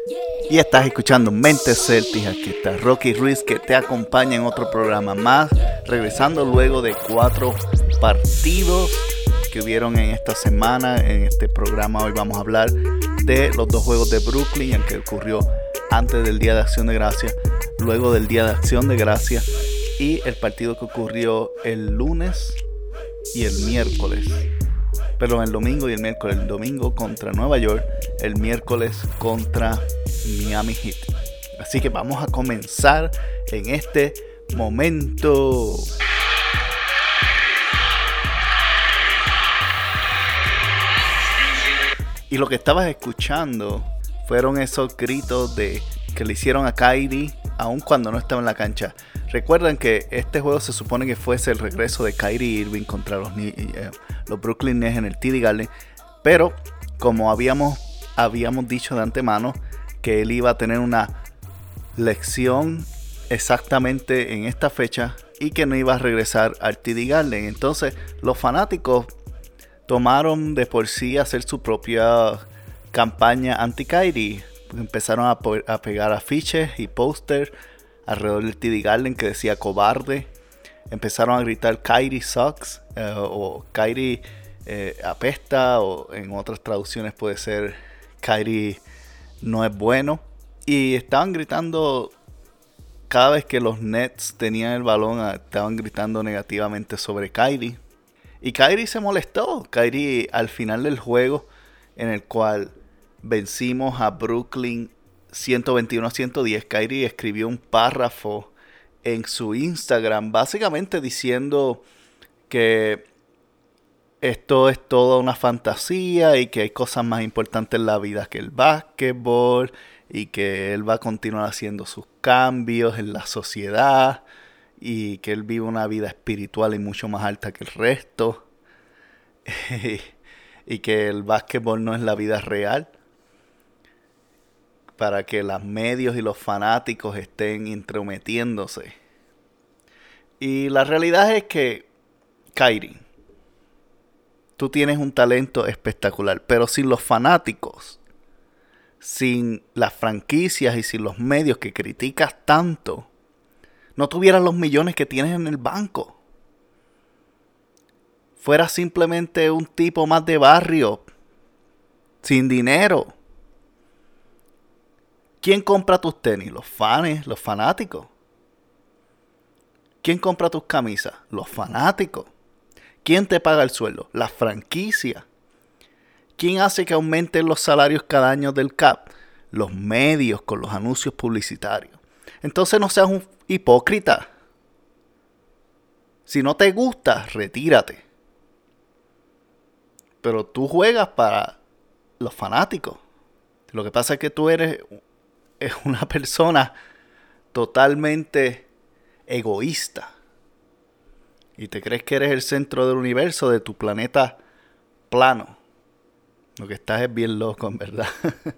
Y estás escuchando Mentes Celtics. Aquí está Rocky Ruiz que te acompaña en otro programa más, regresando luego de 4 partidos que hubieron en esta semana. En este programa hoy vamos a hablar de los 2 juegos de Brooklyn, el que ocurrió antes del Día de Acción de Gracias, luego del Día de Acción de Gracias, y el partido que ocurrió el lunes y el miércoles. Perdón, el domingo y el miércoles. El domingo contra Nueva York, el miércoles contra Miami Heat. Así que vamos a comenzar en este momento. Y lo que estabas escuchando fueron esos gritos que le hicieron a Kyrie aun cuando no estaba en la cancha. Recuerdan que este juego se supone que fuese el regreso de Kyrie Irving contra los Brooklyn Nets en el TD Garden, pero como habíamos dicho de antemano que él iba a tener una lección exactamente en esta fecha y que no iba a regresar al TD Garden, entonces los fanáticos tomaron de por sí hacer su propia campaña anti-Kyrie. Empezaron a pegar afiches y pósters alrededor del TD Garden que decía cobarde. Empezaron a gritar Kyrie sucks o Kyrie apesta, o en otras traducciones puede ser Kyrie no es bueno. Y estaban gritando cada vez que los Nets tenían el balón, estaban gritando negativamente sobre Kyrie. Y Kyrie se molestó. Kyrie, al final del juego, en el cual vencimos a Brooklyn 121-110, Kyrie escribió un párrafo en su Instagram, básicamente diciendo que esto es toda una fantasía y que hay cosas más importantes en la vida que el básquetbol, y que él va a continuar haciendo sus cambios en la sociedad y que él vive una vida espiritual y mucho más alta que el resto y que el básquetbol no es la vida real, para que los medios y los fanáticos estén intrometiéndose. Y la realidad es que, Kyrie, tú tienes un talento espectacular, pero sin los fanáticos, sin las franquicias y sin los medios que criticas tanto, no tuvieras los millones que tienes en el banco. Fueras simplemente un tipo más de barrio, sin dinero. ¿Quién compra tus tenis? Los fans, los fanáticos. ¿Quién compra tus camisas? Los fanáticos. ¿Quién te paga el sueldo? Las franquicias. ¿Quién hace que aumenten los salarios cada año del CAP? Los medios con los anuncios publicitarios. Entonces no seas un hipócrita. Si no te gusta, retírate. Pero tú juegas para los fanáticos. Lo que pasa es que tú eres una persona totalmente egoísta. Y te crees que eres el centro del universo, de tu planeta plano. Lo que estás es bien loco, en verdad.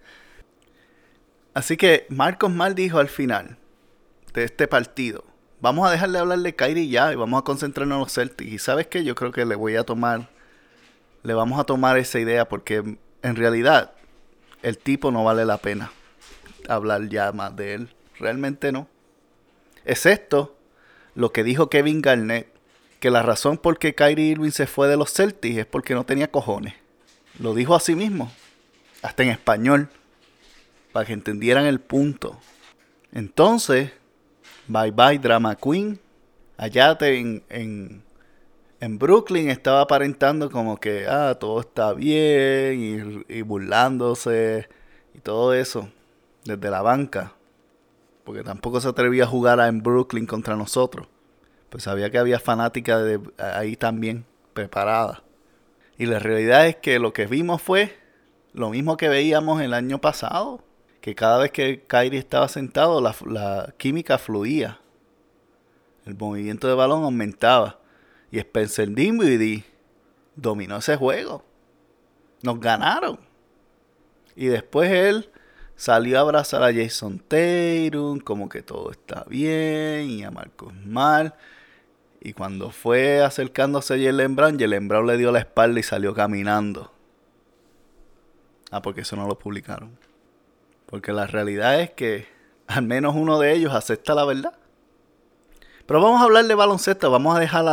Así que Marcos Mal dijo al final de este partido: vamos a dejar de hablar de Kyrie ya y vamos a concentrarnos en los Celtics. Y ¿sabes qué? Yo creo que le vamos a tomar esa idea, porque en realidad el tipo no vale la pena hablar ya más de él. Realmente no. Excepto lo que dijo Kevin Garnett, que la razón por qué Kyrie Irving se fue de los Celtics es porque no tenía cojones. Lo dijo así mismo, hasta en español, para que entendieran el punto. Entonces, bye bye Drama Queen. Allá en Brooklyn estaba aparentando como que todo está bien y burlándose y todo eso desde la banca, porque tampoco se atrevía a jugar en Brooklyn contra nosotros, pues sabía que había fanática ahí también preparada. Y la realidad es que lo que vimos fue lo mismo que veíamos el año pasado, que cada vez que Kyrie estaba sentado la química fluía, el movimiento de balón aumentaba. Y Spencer Dinwiddie dominó ese juego. Nos ganaron. Y después él salió a abrazar a Jason Tatum, como que todo está bien, y a Marcus Smart. Y cuando fue acercándose a Jaylen Brown le dio la espalda y salió caminando. Porque eso no lo publicaron. Porque la realidad es que al menos uno de ellos acepta la verdad. Pero vamos a hablar de baloncesto. Vamos a dejar a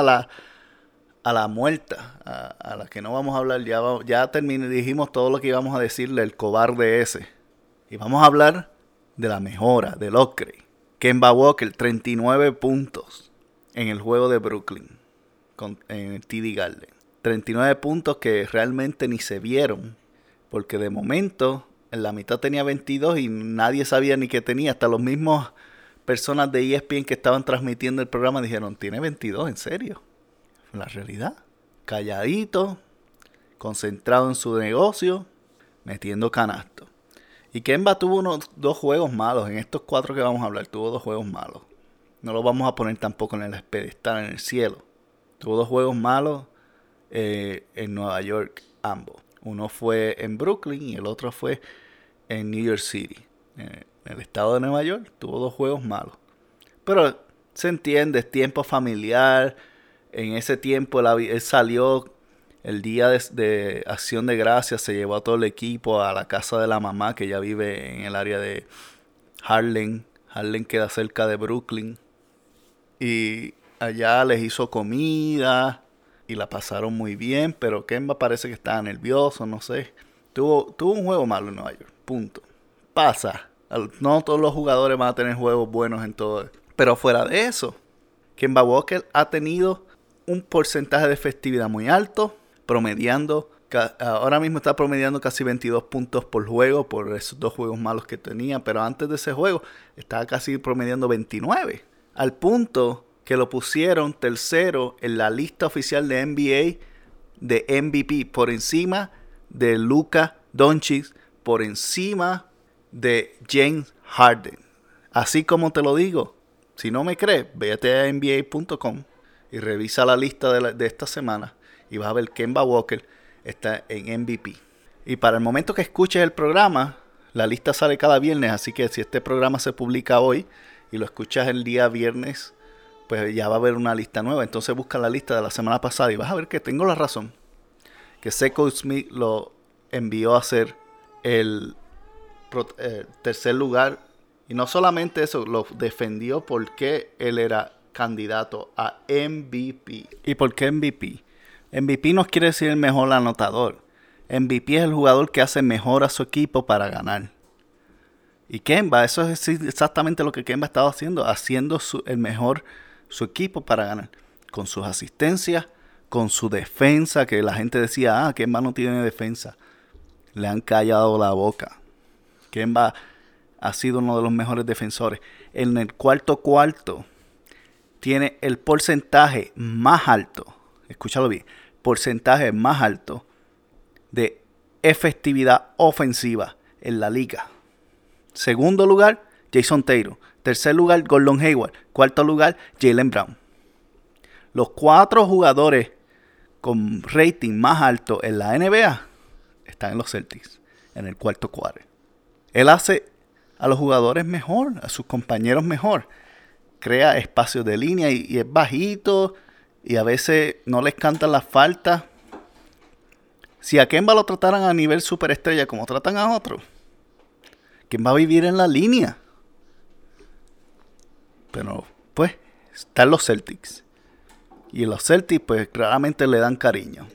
la muerta, a la que no vamos a hablar. Ya dijimos todo lo que íbamos a decirle, el cobarde ese. Y vamos a hablar de la mejora, del upgrade. Kemba Walker, 39 puntos en el juego de Brooklyn, en el TD Garden. 39 puntos que realmente ni se vieron. Porque de momento, en la mitad tenía 22 y nadie sabía ni qué tenía. Hasta los mismos personas de ESPN que estaban transmitiendo el programa dijeron, tiene 22, ¿en serio? La realidad. Calladito, concentrado en su negocio, metiendo canasto. Y Kemba tuvo dos juegos malos. En estos 4 que vamos a hablar, tuvo 2 juegos malos. No lo vamos a poner tampoco en el pedestal, en el cielo. Tuvo 2 juegos malos en Nueva York, ambos. Uno fue en Brooklyn y el otro fue en New York City. En el estado de Nueva York tuvo 2 juegos malos. Pero se entiende, es tiempo familiar. En ese tiempo él salió el día de Acción de Gracias, se llevó a todo el equipo a la casa de la mamá, que ya vive en el área de Harlem. Harlem queda cerca de Brooklyn. Y allá les hizo comida y la pasaron muy bien, pero Kemba parece que estaba nervioso, no sé. Tuvo un juego malo en Nueva York, punto. Pasa. No todos los jugadores van a tener juegos buenos en todo. Pero fuera de eso, Kemba Walker ha tenido un porcentaje de efectividad muy alto, ahora mismo está promediando casi 22 puntos por juego por esos 2 juegos malos que tenía, pero antes de ese juego estaba casi promediando 29, al punto que lo pusieron tercero en la lista oficial de NBA de MVP, por encima de Luka Doncic, por encima de James Harden. Así como te lo digo, si no me crees, vete a NBA.com y revisa la lista de esta semana y vas a ver que Kemba Walker está en MVP. Y para el momento que escuches el programa, la lista sale cada viernes, así que si este programa se publica hoy y lo escuchas el día viernes, pues ya va a haber una lista nueva. Entonces busca la lista de la semana pasada y vas a ver que tengo la razón. Que Sekou Smith lo envió a hacer el tercer lugar. Y no solamente eso, lo defendió porque él era candidato a MVP. ¿Y por qué MVP? MVP no quiere decir el mejor anotador. MVP es el jugador que hace mejor a su equipo para ganar. Y Kemba, eso es exactamente lo que Kemba estaba haciendo su equipo para ganar. Con sus asistencias, con su defensa, que la gente decía, Kemba no tiene defensa. Le han callado la boca. Kemba ha sido uno de los mejores defensores. En el cuarto tiene el porcentaje más alto, escúchalo bien, porcentaje más alto de efectividad ofensiva en la liga. Segundo lugar, Jason Tatum. Tercer lugar, Gordon Hayward. Cuarto lugar, Jaylen Brown. Los 4 jugadores con rating más alto en la NBA están en los Celtics, en el cuarto cuadro. Él hace a los jugadores mejor, a sus compañeros mejor. Crea espacios de línea y es bajito y a veces no les cantan las faltas. Si a Kemba lo trataran a nivel superestrella como tratan a otros, ¿quién va a vivir en la línea? Pero pues están los Celtics. Y los Celtics pues claramente le dan cariño.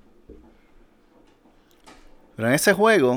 Pero en ese juego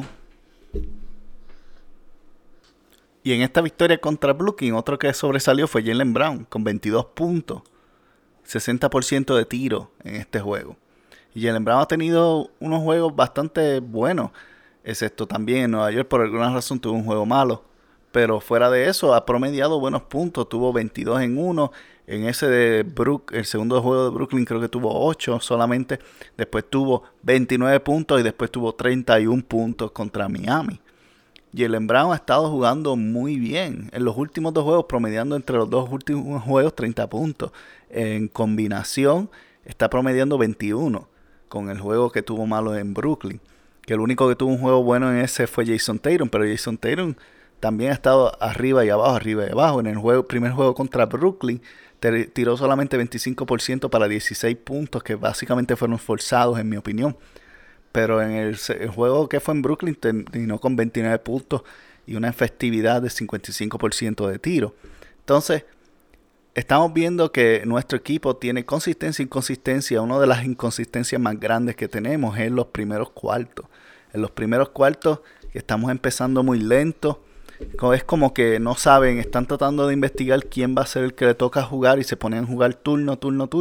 y en esta victoria contra Brooklyn, otro que sobresalió fue Jaylen Brown con 22 puntos. 60% de tiro en este juego. Y Jaylen Brown ha tenido unos juegos bastante buenos. Excepto también en Nueva York, por alguna razón tuvo un juego malo. Pero fuera de eso, ha promediado buenos puntos. Tuvo 22 en uno. En ese de el segundo juego de Brooklyn creo que tuvo 8 solamente. Después tuvo 29 puntos y después tuvo 31 puntos contra Miami. Jaylen Brown ha estado jugando muy bien. En los últimos 2 juegos, promediando entre los 2 últimos juegos 30 puntos. En combinación, está promediando 21 con el juego que tuvo malo en Brooklyn. Que el único que tuvo un juego bueno en ese fue Jason Tatum. Pero Jason Tatum también ha estado arriba y abajo. En el primer juego contra Brooklyn, tiró solamente 25% para 16 puntos, que básicamente fueron forzados en mi opinión. Pero en el juego que fue en Brooklyn terminó con 29 puntos y una efectividad de 55% de tiro. Entonces, estamos viendo que nuestro equipo tiene consistencia e inconsistencia. Una de las inconsistencias más grandes que tenemos es en los primeros cuartos. En los primeros cuartos estamos empezando muy lento. Es como que no saben, están tratando de investigar quién va a ser el que le toca jugar y se ponen a jugar turno.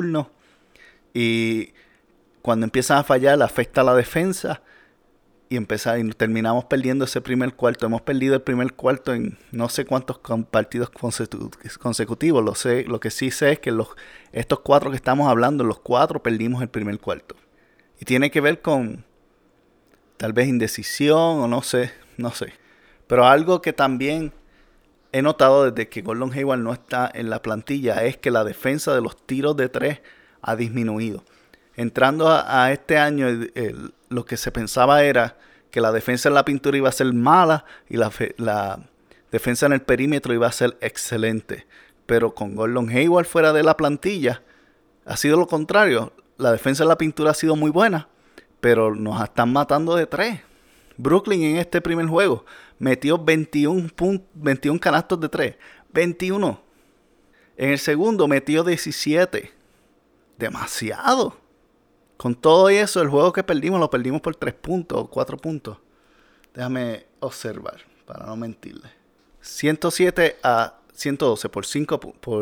Y cuando empiezan a fallar, afecta a la defensa y terminamos perdiendo ese primer cuarto. Hemos perdido el primer cuarto en no sé cuántos partidos consecutivos. Lo que sí sé es que estos 4 que estamos hablando, los 4 perdimos el primer cuarto. Y tiene que ver con tal vez indecisión o no sé. Pero algo que también he notado desde que Gordon Hayward no está en la plantilla es que la defensa de los tiros de 3 ha disminuido. Entrando a este año, lo que se pensaba era que la defensa en la pintura iba a ser mala y la defensa en el perímetro iba a ser excelente. Pero con Gordon Hayward fuera de la plantilla, ha sido lo contrario. La defensa en la pintura ha sido muy buena, pero nos están matando de 3. Brooklyn en este primer juego metió 21 canastos de 3. 21. En el segundo metió 17. Demasiado. Con todo eso, el juego que perdimos lo perdimos por 3 puntos o 4 puntos. Déjame observar para no mentirle. 107 a 112 por 5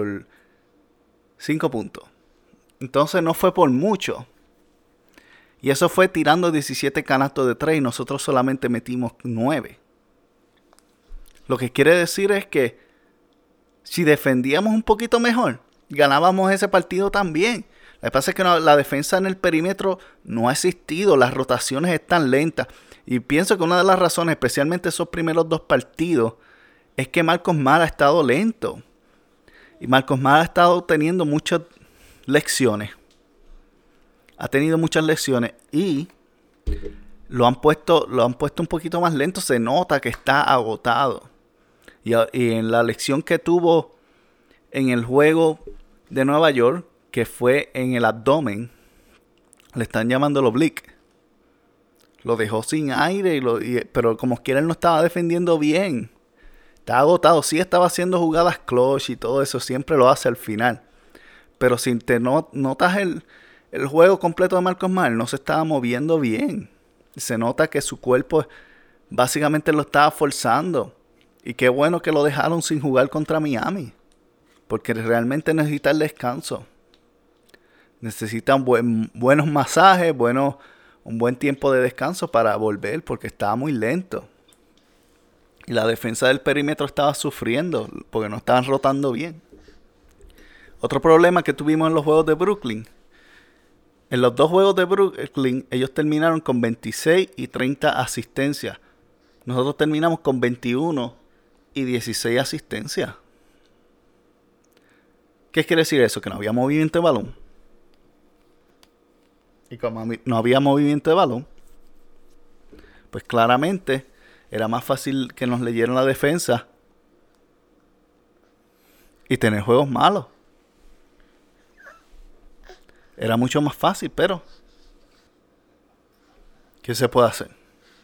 puntos. Entonces no fue por mucho. Y eso fue tirando 17 canastos de 3 y nosotros solamente metimos 9. Lo que quiere decir es que si defendíamos un poquito mejor, ganábamos ese partido también. Lo que pasa es que la defensa en el perímetro no ha existido. Las rotaciones están lentas. Y pienso que una de las razones, especialmente esos primeros 2 partidos, es que Marcos Smart ha estado lento. Y Marcos Smart ha estado teniendo muchas lecciones. Y lo han puesto un poquito más lento. Se nota que está agotado. Y en la lección que tuvo en el juego de Nueva York, que fue en el abdomen, le están llamando el oblique. Lo dejó sin aire, pero como quiera él no estaba defendiendo bien. Está agotado. Sí estaba haciendo jugadas clutch y todo eso. Siempre lo hace al final. Pero si te notas el juego completo de Marcos Smart, no se estaba moviendo bien. Se nota que su cuerpo básicamente lo estaba forzando. Y qué bueno que lo dejaron sin jugar contra Miami. Porque realmente necesita el descanso. Necesitan buenos masajes, un buen tiempo de descanso para volver, porque estaba muy lento. Y la defensa del perímetro estaba sufriendo, porque no estaban rotando bien. Otro problema que tuvimos en los juegos de Brooklyn. En los 2 juegos de Brooklyn, ellos terminaron con 26 y 30 asistencias. Nosotros terminamos con 21 y 16 asistencias. ¿Qué quiere decir eso? Que no había movimiento de balón. Y como no había movimiento de balón, pues claramente era más fácil que nos leyeran la defensa y tener juegos malos. Era mucho más fácil, pero ¿qué se puede hacer?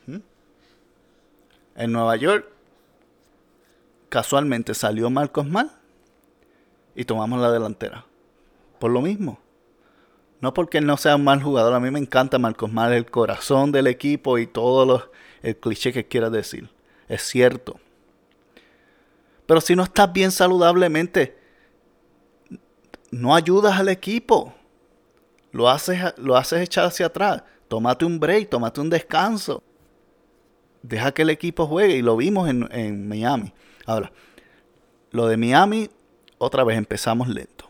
En Nueva York, casualmente salió Marcos Smart y tomamos la delantera. Por lo mismo. No porque él no sea un mal jugador. A mí me encanta Marcos Smart, el corazón del equipo y todo el cliché que quieras decir. Es cierto. Pero si no estás bien saludablemente, no ayudas al equipo. Lo haces echar hacia atrás. Tómate un break, tómate un descanso. Deja que el equipo juegue. Y lo vimos en Miami. Ahora, lo de Miami, otra vez empezamos lento.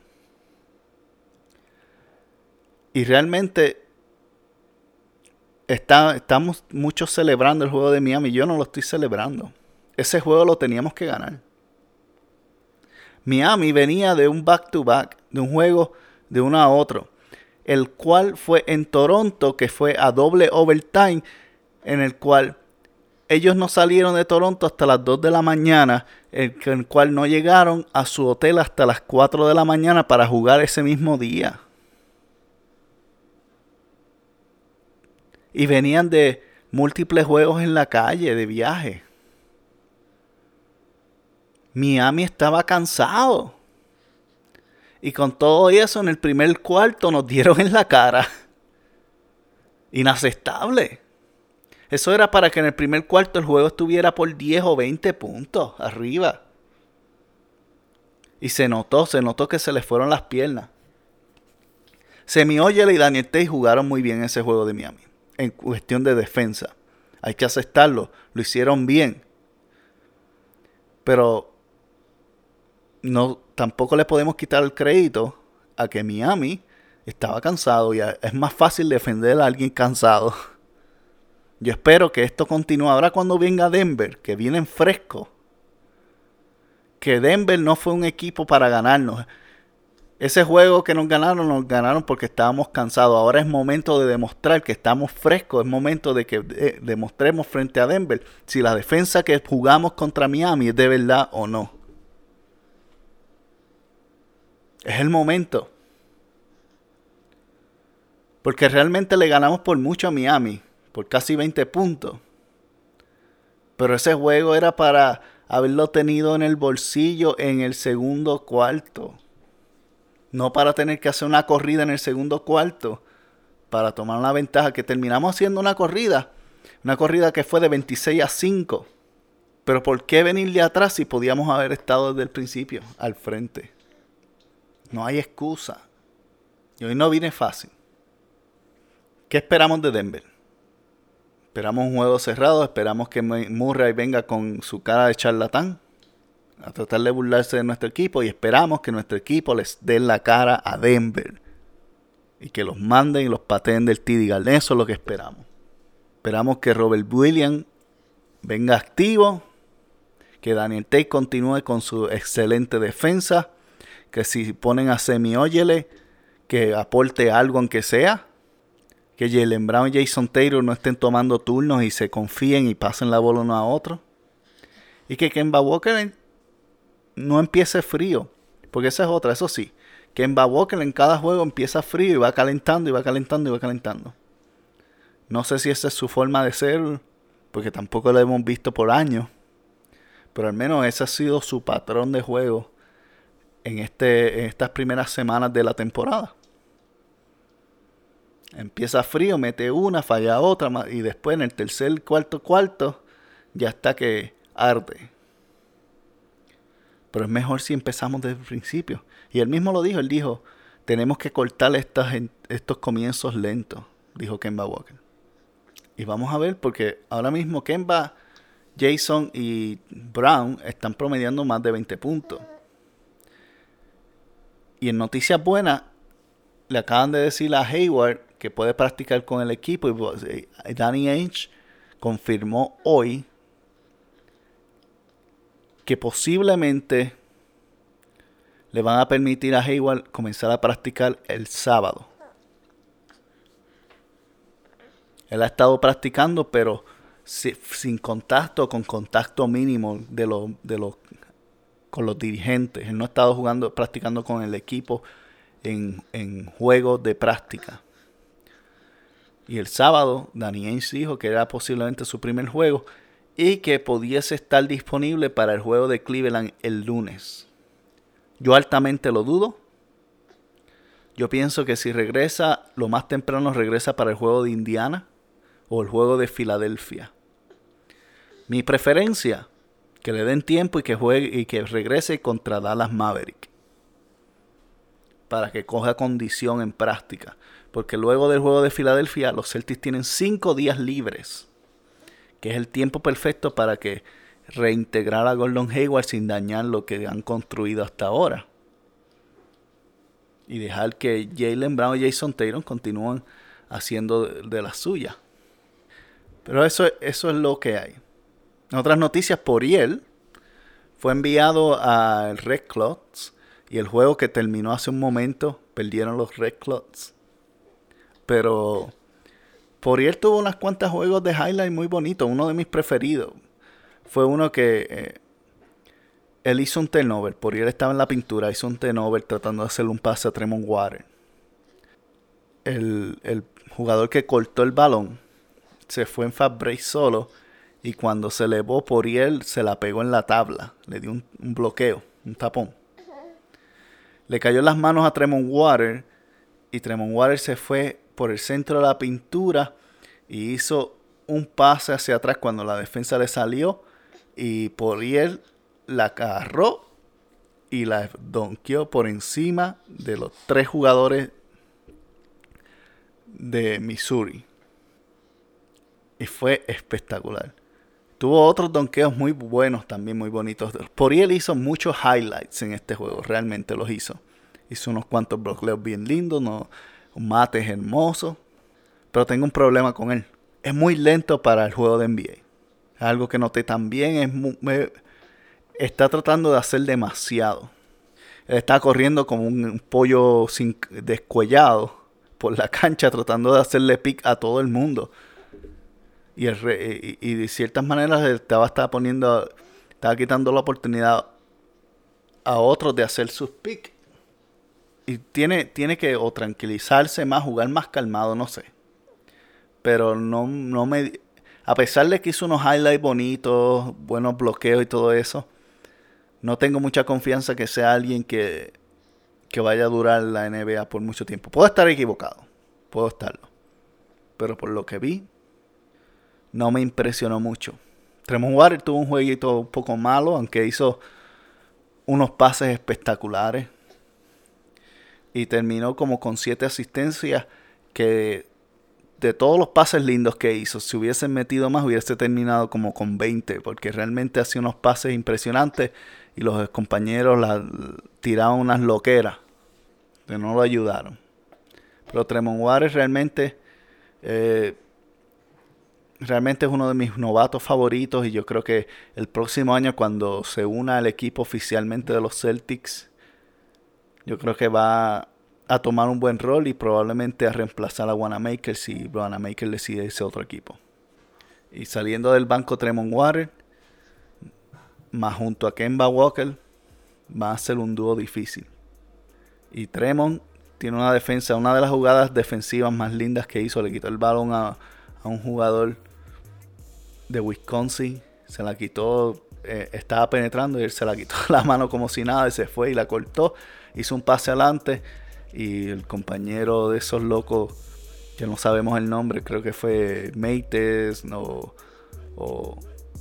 Y realmente estamos muchos celebrando el juego de Miami. Yo no lo estoy celebrando. Ese juego lo teníamos que ganar. Miami venía de un back-to-back, de un juego de uno a otro, el cual fue en Toronto, que fue a doble overtime, en el cual ellos no salieron de Toronto hasta las 2 de la mañana, en el cual no llegaron a su hotel hasta las 4 de la mañana para jugar ese mismo día. Y venían de múltiples juegos en la calle, de viaje. Miami estaba cansado. Y con todo eso, en el primer cuarto nos dieron en la cara. Inaceptable. Eso era para que en el primer cuarto el juego estuviera por 10 o 20 puntos arriba. Y se notó que se les fueron las piernas. Semi Ojeleye y Daniel Theis jugaron muy bien ese juego de Miami. En cuestión de defensa. Hay que aceptarlo. Lo hicieron bien. Pero no, tampoco le podemos quitar el crédito a que Miami estaba cansado. Y es más fácil defender a alguien cansado. Yo espero que esto continúe. Ahora cuando venga Denver, que vienen frescos. Que Denver no fue un equipo para ganarnos. Ese juego que nos ganaron porque estábamos cansados. Ahora es momento de demostrar que estamos frescos. Es momento de que demostremos frente a Denver si la defensa que jugamos contra Miami es de verdad o no. Es el momento. Porque realmente le ganamos por mucho a Miami. Por casi 20 puntos. Pero ese juego era para haberlo tenido en el bolsillo en el segundo cuarto. No para tener que hacer una corrida en el segundo cuarto para tomar la ventaja, que terminamos haciendo una corrida que fue de 26-5. Pero ¿por qué venir de atrás si podíamos haber estado desde el principio al frente? No hay excusa. Y hoy no viene fácil. ¿Qué esperamos de Denver? Esperamos un juego cerrado, esperamos que Murray venga con su cara de charlatán a tratar de burlarse de nuestro equipo, y esperamos que nuestro equipo les dé la cara a Denver y que los manden y los pateen del TD Garden. Eso es lo que esperamos. Esperamos que Robert Williams venga activo, que Daniel Theis continúe con su excelente defensa, que si ponen a Semi Ojeleye, que aporte algo aunque sea, que Jaylen Brown y Jason Taylor no estén tomando turnos y se confíen y pasen la bola uno a otro, y que Kemba Walker no empiece frío, porque esa es otra. Eso sí, Kemba Walker en cada juego empieza frío y va calentando y va calentando y va calentando. No sé si esa es su forma de ser, porque tampoco lo hemos visto por años, pero al menos ese ha sido su patrón de juego en estas primeras semanas de la temporada. Empieza frío, mete una, falla otra, y después en el tercer, cuarto, ya está que arde. Pero es mejor si empezamos desde el principio. Y él mismo lo dijo, él dijo, tenemos que cortar estos comienzos lentos, dijo Kemba Walker. Y vamos a ver, porque ahora mismo Kemba, Jason y Brown están promediando más de 20 puntos. Y en noticias buenas, le acaban de decir a Hayward que puede practicar con el equipo. Y Danny Ainge confirmó hoy que posiblemente le van a permitir a Hayward comenzar a practicar el sábado. Él ha estado practicando, pero sin contacto, con contacto mínimo con los dirigentes. Él no ha estado practicando con el equipo en juegos de práctica. Y el sábado, Danny Ainge dijo que era posiblemente su primer juego y que pudiese estar disponible para el juego de Cleveland el lunes. Yo altamente lo dudo. Yo pienso que si regresa, lo más temprano regresa para el juego de Indiana o el juego de Filadelfia. Mi preferencia, que le den tiempo y que juegue y que regrese contra Dallas Maverick, para que coja condición en práctica. Porque luego del juego de Filadelfia, los Celtics tienen 5 días libres, que es el tiempo perfecto para que reintegrar a Gordon Hayward sin dañar lo que han construido hasta ahora. Y dejar que Jaylen Brown y Jason Taylor continúen haciendo de la suya. Pero eso es lo que hay. En otras noticias, Poirier fue enviado al Red Clots. Y el juego que terminó hace un momento, perdieron los Red Clots. Pero Poirier tuvo unas cuantas juegos de highlight muy bonitos. Uno de mis preferidos fue uno que él hizo un turnover. Poirier estaba en la pintura, hizo un turnover tratando de hacerle un pase a Tremont Waters. El jugador que cortó el balón se fue en fast break solo Y cuando se elevó, Poirier se la pegó en la tabla. Le dio un bloqueo, un tapón. Le cayó en las manos a Tremont Waters. Y Tremont Waters se fue por el centro de la pintura y hizo un pase hacia atrás cuando la defensa le salió. Y Poirier la agarró y la donkeó por encima de los 3 jugadores de Missouri. Y fue espectacular. Tuvo otros donkeos muy buenos también, muy bonitos. Poirier hizo muchos highlights en este juego, realmente los hizo. Hizo unos cuantos bloqueos bien lindos, un mate hermoso. Pero tengo un problema con él. Es muy lento para el juego de NBA. Algo que noté también está tratando de hacer demasiado. Él está corriendo como un pollo descuellado por la cancha, tratando de hacerle pick a todo el mundo. Y de ciertas maneras estaba quitando la oportunidad a otros de hacer sus picks. Y tiene que o tranquilizarse más, jugar más calmado, no sé. Pero a pesar de que hizo unos highlights bonitos, buenos bloqueos y todo eso, no tengo mucha confianza que sea alguien que vaya a durar la NBA por mucho tiempo. Puedo estar equivocado, puedo estarlo. Pero por lo que vi, no me impresionó mucho. Tremont Waters tuvo un jueguito un poco malo, aunque hizo unos pases espectaculares. Y terminó como con 7 asistencias, que de todos los pases lindos que hizo, si hubiesen metido más, hubiese terminado como con 20, porque realmente hacía unos pases impresionantes y los compañeros tiraban unas loqueras que no lo ayudaron. Pero Tremont Waters realmente es uno de mis novatos favoritos, y yo creo que el próximo año, cuando se una al equipo oficialmente de los Celtics, yo creo que va a tomar un buen rol y probablemente a reemplazar a Wanamaker si Wanamaker decide irse a otro equipo. Y saliendo del banco Tremont Waters, más junto a Kemba Walker, va a ser un dúo difícil. Y Tremont tiene una defensa, una de las jugadas defensivas más lindas que hizo. Le quitó el balón a un jugador de Wisconsin, se la quitó, estaba penetrando y él se la quitó la mano como si nada y se fue y la cortó. Hizo un pase adelante y el compañero de esos locos, que no sabemos el nombre, creo que fue Meites o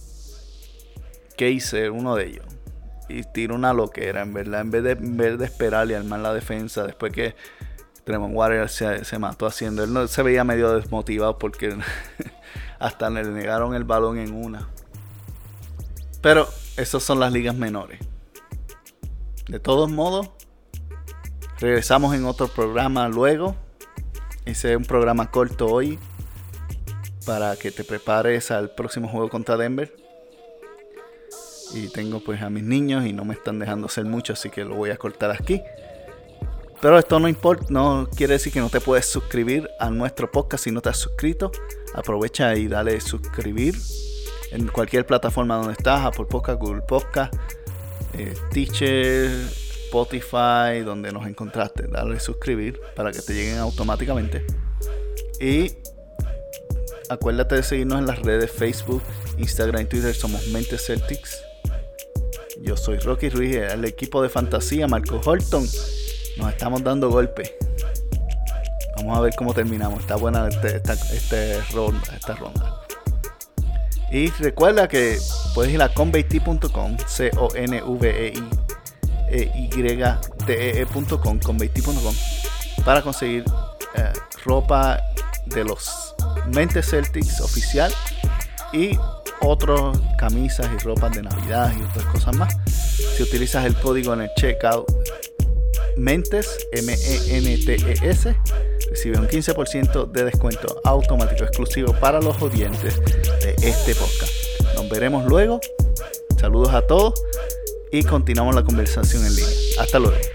Kaiser, uno de ellos, y tiró una loquera, en verdad, en vez de esperar y armar la defensa. Después que Tremont Waters se mató haciendo, él no, se veía medio desmotivado porque hasta le negaron el balón en una. Pero esas son las ligas menores. De todos modos, regresamos en otro programa luego. Hice un programa corto hoy para que te prepares al próximo juego contra Denver. Y tengo pues a mis niños y no me están dejando hacer mucho, así que lo voy a cortar aquí. Pero esto no importa, no quiere decir que no te puedes suscribir a nuestro podcast si no te has suscrito. Aprovecha y dale suscribir en cualquier plataforma donde estás, Apple Podcast, Google Podcast, Teacher, Spotify, donde nos encontraste. Dale suscribir para que te lleguen automáticamente. Y acuérdate de seguirnos en las redes Facebook, Instagram y Twitter. Somos Mentes Celtics. Yo soy Rocky Ruiz, el equipo de fantasía, Marco Horton. Nos estamos dando golpes. Vamos a ver cómo terminamos. Está buena esta ronda. Y recuerda que puedes ir a conveity.com, conveitee.com, conveity.com, para conseguir ropa de los Mentes Celtics oficial y otras camisas y ropas de Navidad y otras cosas más. Si utilizas el código en el checkout Mentes, MENTES, recibes un 15% de descuento automático exclusivo para los oyentes de este podcast. Nos veremos luego. Saludos a todos y continuamos la conversación en línea. Hasta luego.